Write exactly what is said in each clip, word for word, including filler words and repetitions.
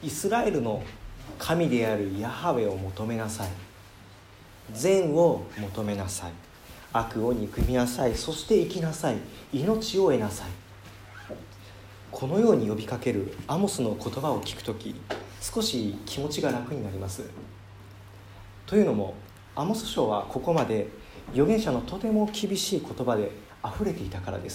イスラエルの神であるヤハウェを求めなさい。善を求めなさい。悪を憎みなさい。そして生きなさい。命を得なさい。このように呼びかけるアモスの言葉を聞くとき、少し気持ちが楽になります。というのも、アモス書はここまで預言者のとても厳しい言葉であふれていたからです。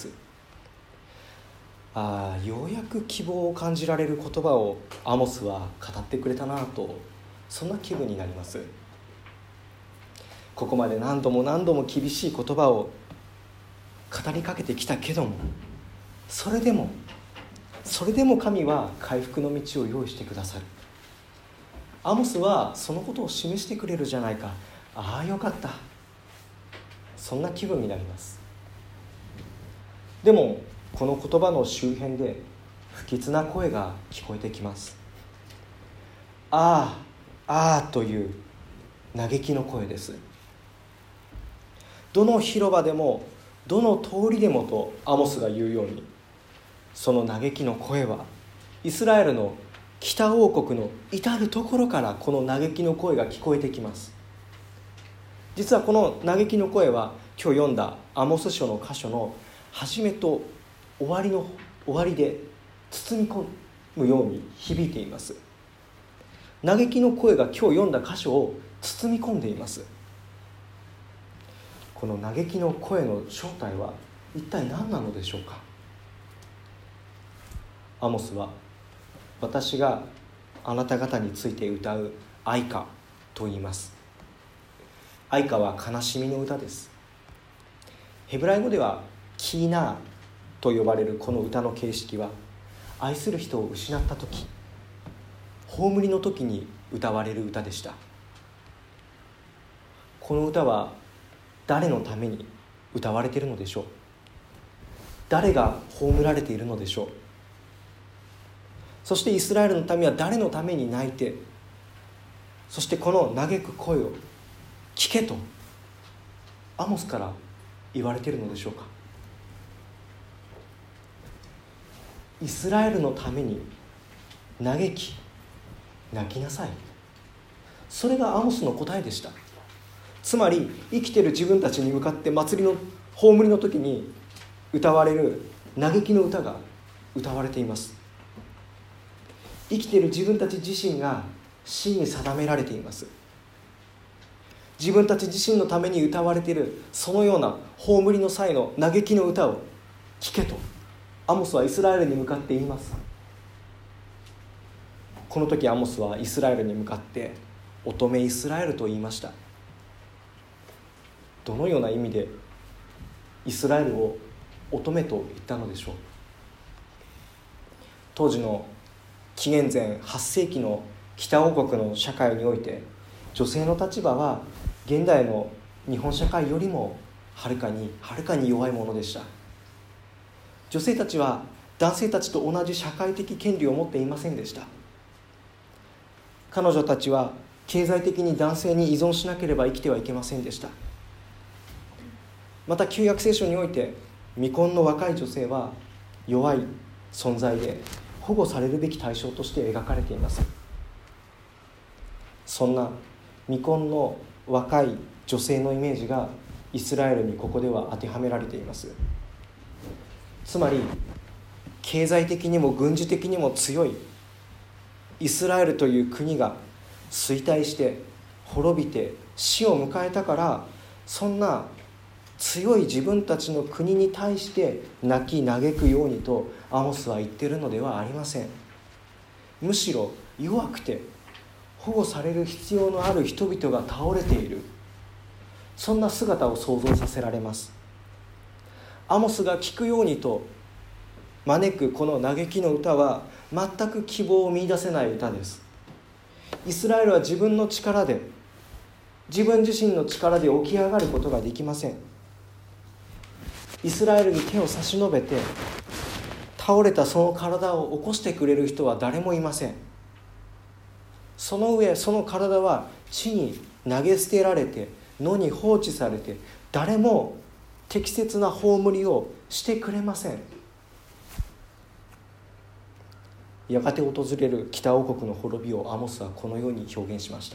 ああ、ようやく希望を感じられる言葉をアモスは語ってくれたなと、そんな気分になります。ここまで何度も何度も厳しい言葉を語りかけてきたけども、それでもそれでも神は回復の道を用意してくださる。アモスはそのことを示してくれるじゃないか。ああ、よかった。そんな気分になります。でもこの言葉の周辺で不吉な声が聞こえてきます。ああ、ああという嘆きの声です。どの広場でもどの通りでもとアモスが言うように、その嘆きの声はイスラエルの北王国の至るところからこの嘆きの声が聞こえてきます。実はこの嘆きの声は今日読んだアモス書の箇所の始めと終わりの終わりで包み込むように響いています。嘆きの声が今日読んだ箇所を包み込んでいます。この嘆きの声の正体は一体何なのでしょうか。アモスは、私があなた方について歌う哀歌と言います。哀歌は悲しみの歌です。ヘブライ語ではキーナーと呼ばれるこの歌の形式は、愛する人を失った時、葬りの時に歌われる歌でした。この歌は誰のために歌われているのでしょう。誰が葬られているのでしょう。そしてイスラエルの民は誰のために泣いて、そしてこの嘆く声を聞けとアモスから言われているのでしょうか。イスラエルのために嘆き泣きなさい。それがアモスの答えでした。つまり生きている自分たちに向かって祭りの葬りの時に歌われる嘆きの歌が歌われています。生きている自分たち自身が死に定められています。自分たち自身のために歌われているそのような葬りの際の嘆きの歌を聞けとアモスはイスラエルに向かって言います。この時アモスはイスラエルに向かって乙女イスラエルと言いました。どのような意味でイスラエルを乙女と言ったのでしょう。当時の紀元前はっせいきの北王国の社会において、女性の立場は現代の日本社会よりもはるかにはるかに弱いものでした。女性たちは男性たちと同じ社会的権利を持っていませんでした。彼女たちは経済的に男性に依存しなければ生きてはいけませんでした。また旧約聖書において未婚の若い女性は弱い存在で保護されるべき対象として描かれています。そんな未婚の若い女性のイメージがイスラエルにここでは当てはめられています。つまり経済的にも軍事的にも強いイスラエルという国が衰退して滅びて死を迎えたから、そんな強い自分たちの国に対して泣き嘆くようにとアモスは言っているのではありません。むしろ弱くて保護される必要のある人々が倒れている、そんな姿を想像させられます。アモスが聞くようにと招くこの嘆きの歌は全く希望を見出せない歌です。イスラエルは自分の力で、自分自身の力で起き上がることができません。イスラエルに手を差し伸べて倒れたその体を起こしてくれる人は誰もいません。その上その体は地に投げ捨てられて野に放置されて、誰も適切な葬りをしてくれません。 やがて訪れる北王国の滅びをアモスはこのように表現しました。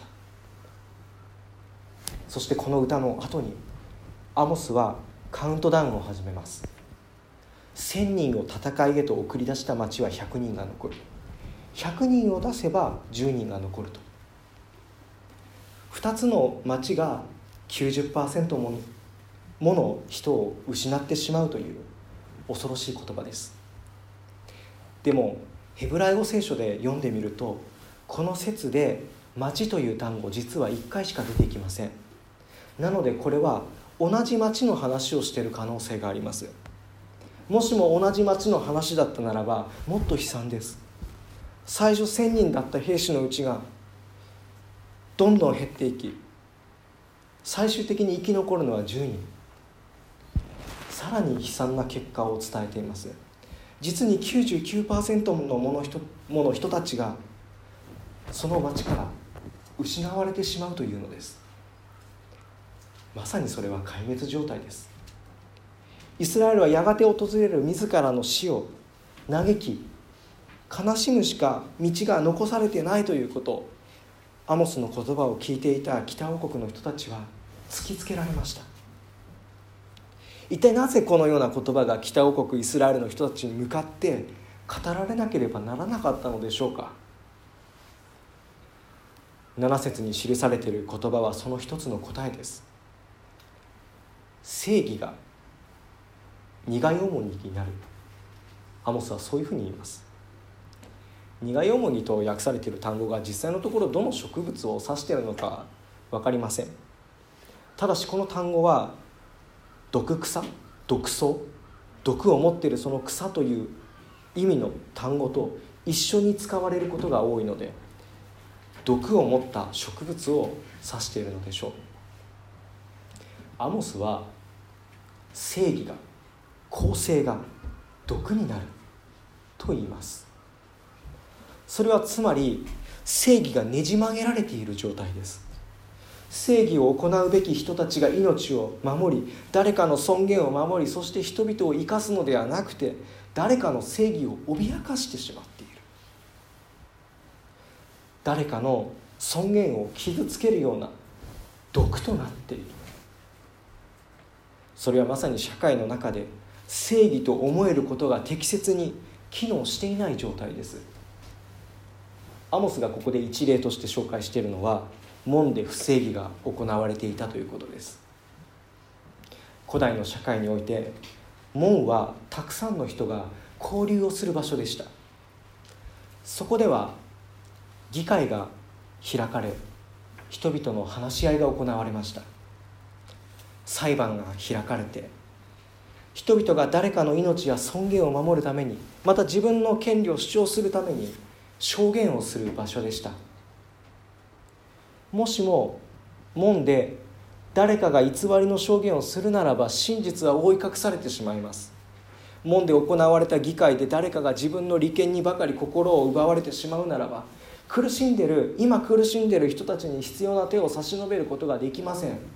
そしてこの歌の後にアモスはカウントダウンを始めます。せんにんを戦いへと送り出した町はひゃくにんが残る。ひゃくにんを出せばじゅうにんが残ると。ふたつの町が きゅうじゅっパーセント ももの人を失ってしまうという恐ろしい言葉です。でもヘブライ語聖書で読んでみると、この説で町という単語実はいっかいしか出てきません。なのでこれは同じ町の話をしている可能性があります。もしも同じ町の話だったならばもっと悲惨です。最初せんにんだった兵士のうちがどんどん減っていき、最終的に生き残るのはじゅうにん。さらに悲惨な結果を伝えています。実に きゅうじゅうきゅうパーセント のもの 人, もの人たちがその町から失われてしまうというのです。まさにそれは壊滅状態です。イスラエルはやがて訪れる自らの死を嘆き悲しむしか道が残されてないということを、アモスの言葉を聞いていた北王国の人たちは突きつけられました。一体なぜこのような言葉が北王国イスラエルの人たちに向かって語られなければならなかったのでしょうか。なな節に記されている言葉はその一つの答えです。正義が苦い重荷になる。アモスはそういうふうに言います。苦い重荷と訳されている単語が実際のところどの植物を指しているのか分かりません。ただしこの単語は毒草、毒草、毒を持っているその草という意味の単語と一緒に使われることが多いので、毒を持った植物を指しているのでしょう。アモスは正義が、公正が毒になると言います。それはつまり正義がねじ曲げられている状態です。正義を行うべき人たちが命を守り、誰かの尊厳を守り、そして人々を生かすのではなくて、誰かの正義を脅かしてしまっている。誰かの尊厳を傷つけるような毒となっている。それはまさに社会の中で正義と思えることが適切に機能していない状態です。アモスがここで一例として紹介しているのは、門で不正義が行われていたということです。古代の社会において門はたくさんの人が交流をする場所でした。そこでは議会が開かれ、人々の話し合いが行われました。裁判が開かれて、人々が誰かの命や尊厳を守るために、また自分の権利を主張するために証言をする場所でした。もしも門で誰かが偽りの証言をするならば、真実は覆い隠されてしまいます。門で行われた議会で誰かが自分の利権にばかり心を奪われてしまうならば、苦しんでる今苦しんでる人たちに必要な手を差し伸べることができません。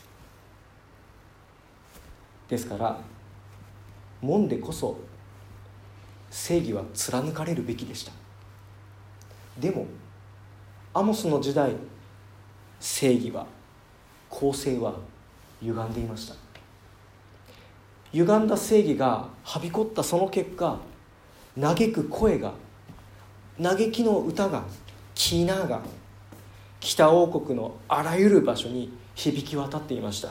ですから門でこそ正義は貫かれるべきでした。でもアモスの時代、正義は、公正は歪んでいました。歪んだ正義がはびこったその結果、嘆く声が、嘆きの歌が、キーナーが北王国のあらゆる場所に響き渡っていました。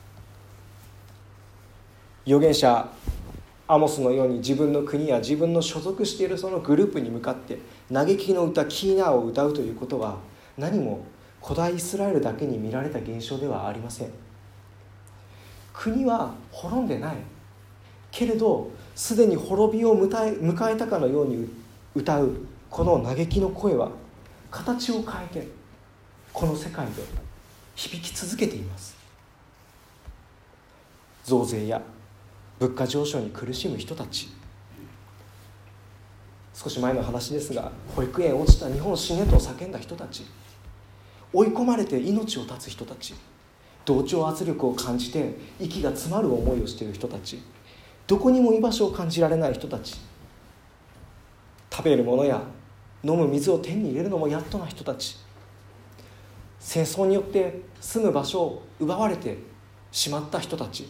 預言者アモスのように自分の国や自分の所属しているそのグループに向かって嘆きの歌、キーナーを歌うということは、何も古代イスラエルだけに見られた現象ではありません。国は滅んでないけれど、すでに滅びを迎え、迎えたかのように歌うこの嘆きの声は形を変えてこの世界で響き続けています。増税や物価上昇に苦しむ人たち、少し前の話ですが、保育園落ちた日本死ねと叫んだ人たち、追い込まれて命を絶つ人たち、同調圧力を感じて息が詰まる思いをしている人たち、どこにも居場所を感じられない人たち、 食べるものや飲む水を手に入れるのもやっとな人たち、戦争によって住む場所を奪われてしまった人たち、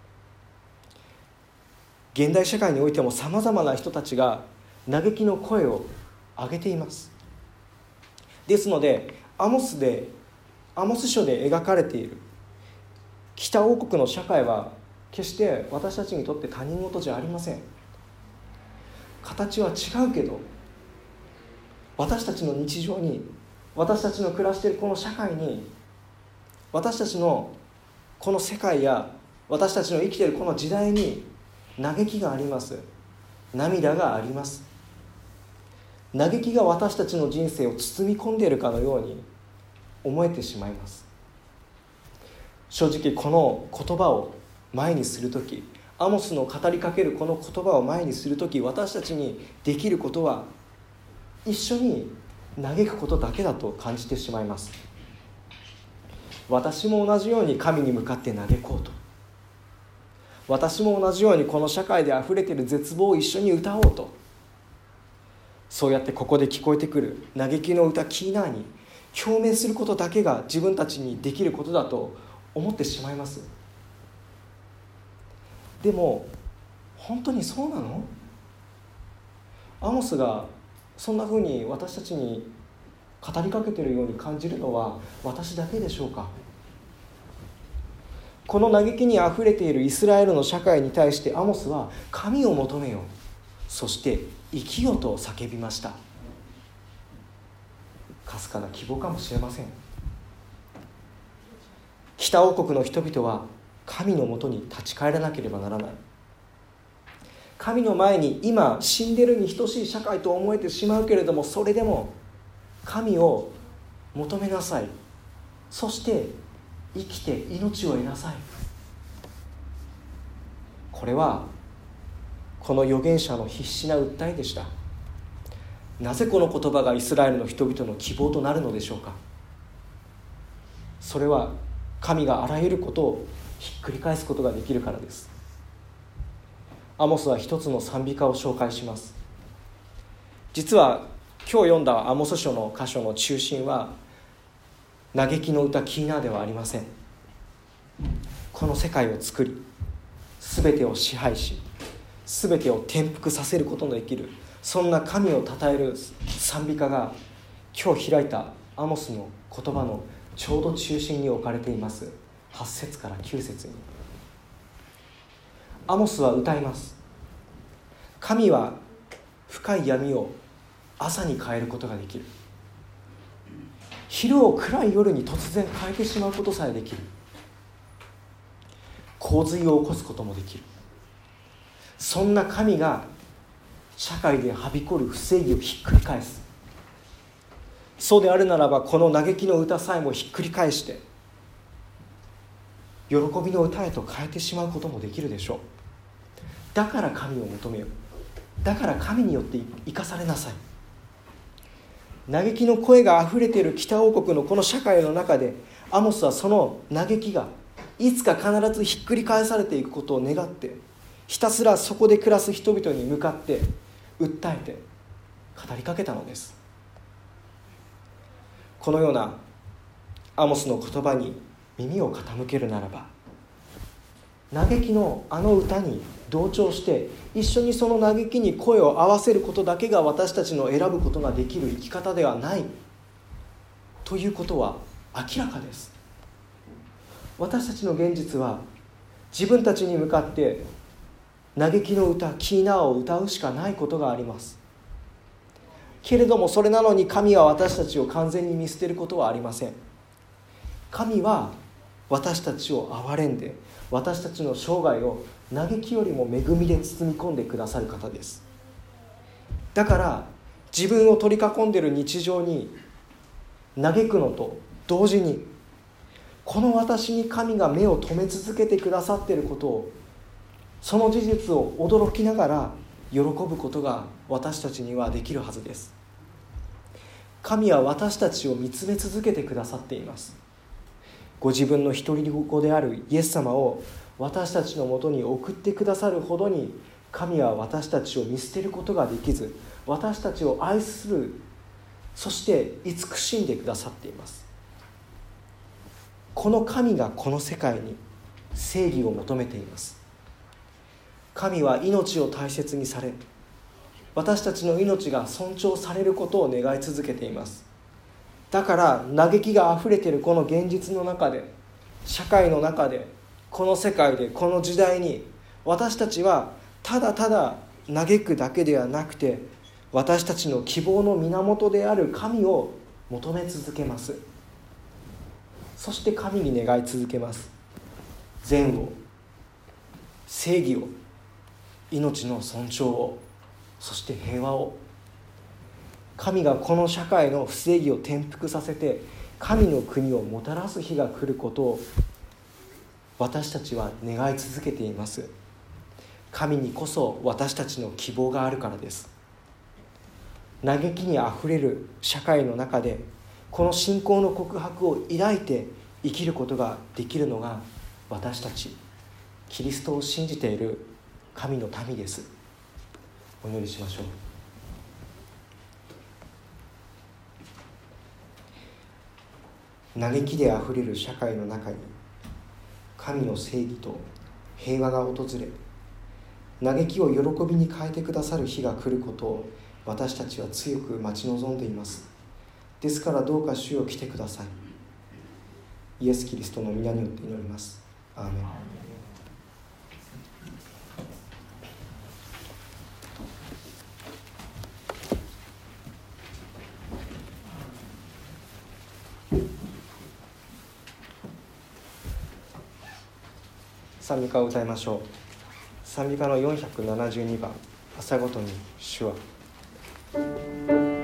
現代社会においてもさまざまな人たちが嘆きの声を上げています。ですのでアモスでアモス書で描かれている北王国の社会は決して私たちにとって他人事じゃありません。形は違うけど私たちの日常に、私たちの暮らしているこの社会に、私たちのこの世界や私たちの生きているこの時代に嘆きがあります。涙があります。嘆きが私たちの人生を包み込んでいるかのように思えてしまいます。正直この言葉を前にするとき、アモスの語りかけるこの言葉を前にするとき、私たちにできることは一緒に嘆くことだけだと感じてしまいます。私も同じように神に向かって嘆こうと、私も同じようにこの社会であふれている絶望を一緒に歌おうと、そうやってここで聞こえてくる嘆きの歌キーナーに共鳴することだけが自分たちにできることだと思ってしまいます。でも本当にそうなの？アモスがそんなふうに私たちに語りかけているように感じるのは私だけでしょうか？この嘆きにあふれているイスラエルの社会に対してアモスは神を求めよう、そして生きよと叫びました。かすかな希望かもしれません。北王国の人々は神のもとに立ち返らなければならない。神の前に今死んでるに等しい社会と思えてしまうけれども、それでも神を求めなさい。そして生きて命を得なさい。これはこの預言者の必死な訴えでした。なぜこの言葉がイスラエルの人々の希望となるのでしょうか？それは神があらゆることをひっくり返すことができるからです。アモスは一つの賛美歌を紹介します。実は今日読んだアモス書の箇所の中心は嘆きの歌キーナーではありません。この世界を作り、すべてを支配し、すべてを転覆させることのできる、そんな神を称える賛美歌が今日開いたアモスの言葉のちょうど中心に置かれています。はち節からきゅう節にアモスは歌います。神は深い闇を朝に変えることができる。昼を暗い夜に突然変えてしまうことさえできる。洪水を起こすこともできる。そんな神が社会ではびこる不正義をひっくり返す。そうであるならば、この嘆きの歌さえもひっくり返して喜びの歌へと変えてしまうこともできるでしょう。だから神を求めよう。だから神によって生かされなさい。嘆きの声があふれている北王国のこの社会の中で、アモスはその嘆きがいつか必ずひっくり返されていくことを願って、ひたすらそこで暮らす人々に向かって訴えて語りかけたのです。このようなアモスの言葉に耳を傾けるならば、嘆きのあの歌に同調して一緒にその嘆きに声を合わせることだけが私たちの選ぶことができる生き方ではないということは明らかです。私たちの現実は自分たちに向かって嘆きの歌キーナーを歌うしかないことがあります。けれどもそれなのに神は私たちを完全に見捨てることはありません。神は私たちを憐れんで、私たちの生涯を嘆きよりも恵みで包み込んでくださる方です。だから自分を取り囲んでいる日常に嘆くのと同時に、この私に神が目を留め続けてくださっていることを、その事実を驚きながら喜ぶことが私たちにはできるはずです。神は私たちを見つめ続けてくださっています。ご自分の一人子であるイエス様を私たちのもとに送ってくださるほどに神は私たちを見捨てることができず、私たちを愛する、そして慈しんでくださっています。この神がこの世界に正義を求めています。神は命を大切にされ、私たちの命が尊重されることを願い続けています。だから嘆きがあふれているこの現実の中で、社会の中で、この世界で、この時代に、私たちはただただ嘆くだけではなくて、私たちの希望の源である神を求め続けます。そして神に願い続けます。善を、正義を、命の尊重を、そして平和を。神がこの社会の不正義を転覆させて、神の国をもたらす日が来ることを私たちは願い続けています。神にこそ私たちの希望があるからです。嘆きにあふれる社会の中で、この信仰の告白を抱いて生きることができるのが、私たちキリストを信じている神の民です。お祈りしましょう。嘆きであふれる社会の中に、神の正義と平和が訪れ、嘆きを喜びに変えてくださる日が来ることを私たちは強く待ち望んでいます。ですからどうか主よ来てください。イエス・キリストの皆によって祈ります。アーメン。賛美歌を歌いましょう。賛美歌のよんひゃくななじゅうにばん、朝ごとに主は。